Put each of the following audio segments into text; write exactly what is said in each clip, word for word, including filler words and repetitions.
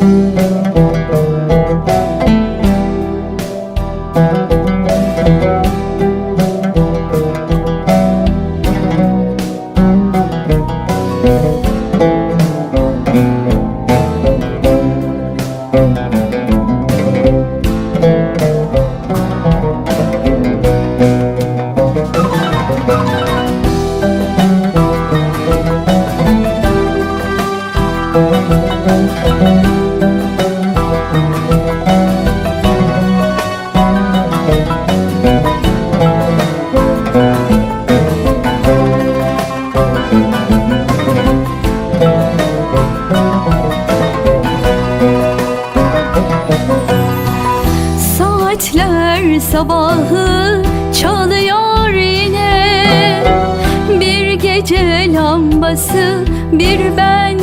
Saatler sabahı çalıyor yine, bir gece lambası, bir ben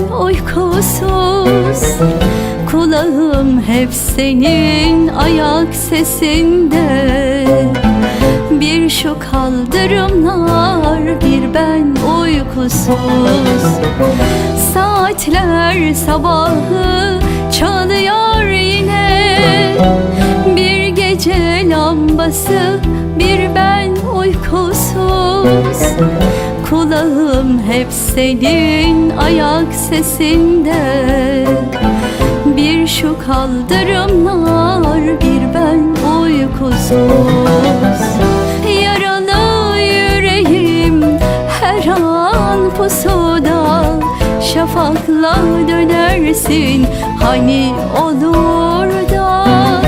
uykusuz. Kulağım hep senin ayak sesinde, bir şu kaldırımlar, bir ben uykusuz. Saatler sabahı çalıyor yine, bir gece lambası, bir ben uykusuz. Kulağım hep senin ayak sesinde, bir şu kaldırımlar, bir ben uykusuz. Yaralı yüreğim her an pusuda, şafakla dönersin hani olur da.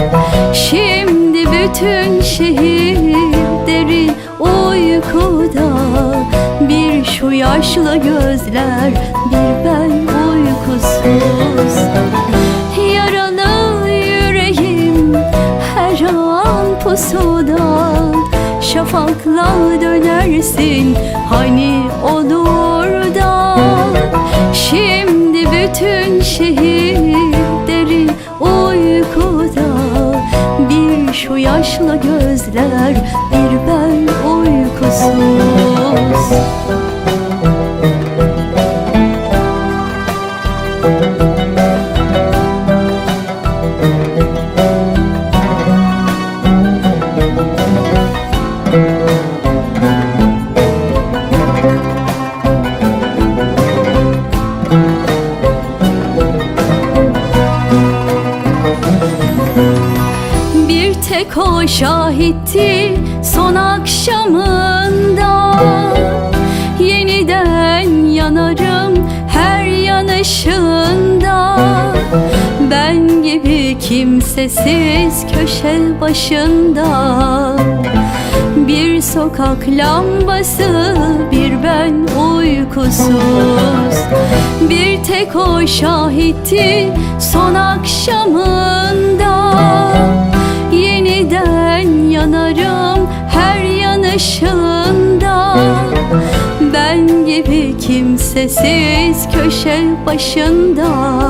Şimdi bütün şehir derin uykuda, bir şu yaşlı gözler, bir ben uykusuz. Yaralı yüreğim her an pusuda, şafakla dönersin hani olur da. Şimdi bütün şehir derin uykuda, bir şu yaşlı gözler, bir ben uykusuz. Bir tek o şahitti son akşamında, yeniden yanarım her yanışında. Ben gibi kimsesiz köşe başında, bir sokak lambası, bir ben uykusuz. Bir tek o şahitti son akşamında, yeniden yanarım her yanışında. Ben gibi kimsesiz köşe başında,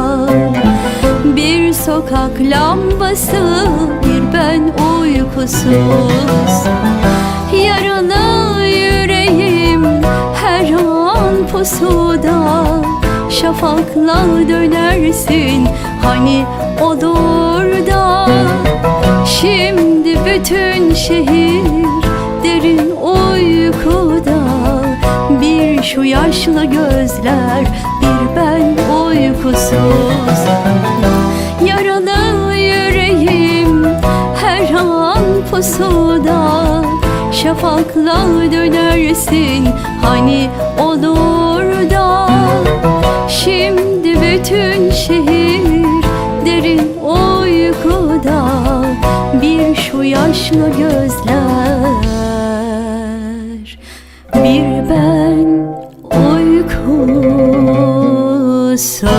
bir sokak lambası, bir ben uykusuz. Yaralı yüreğim her an pusuda, şafakla dönersin hani olur da. Şimdi bütün şehir derin uykuda, bir şu yaşlı gözler, bir ben uykusuz. Yaralı yüreğim her an pusuda, şafakla dönersin hani olur da. Şimdi bütün şehir derin uykuda, bir şu yaşlı gözler, bir ben uykusuz.